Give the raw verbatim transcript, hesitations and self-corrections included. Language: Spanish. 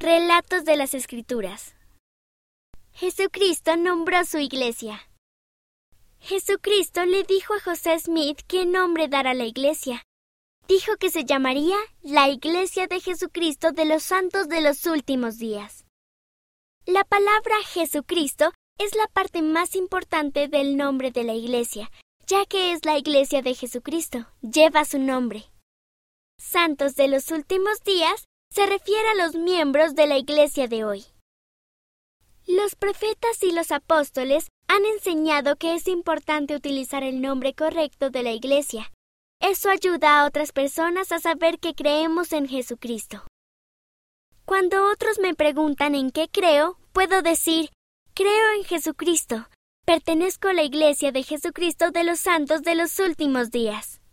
Relatos de las Escrituras. Jesucristo nombró su iglesia. Jesucristo le dijo a José Smith qué nombre dar a la iglesia. Dijo que se llamaría la Iglesia de Jesucristo de los Santos de los Últimos Días. La palabra Jesucristo es la parte más importante del nombre de la iglesia, ya que es la iglesia de Jesucristo, lleva su nombre. Santos de los Últimos Días se refiere a los miembros de la iglesia de hoy. Los profetas y los apóstoles han enseñado que es importante utilizar el nombre correcto de la iglesia. Eso ayuda a otras personas a saber que creemos en Jesucristo. Cuando otros me preguntan en qué creo, puedo decir, creo en Jesucristo, pertenezco a la iglesia de Jesucristo de los Santos de los Últimos Días.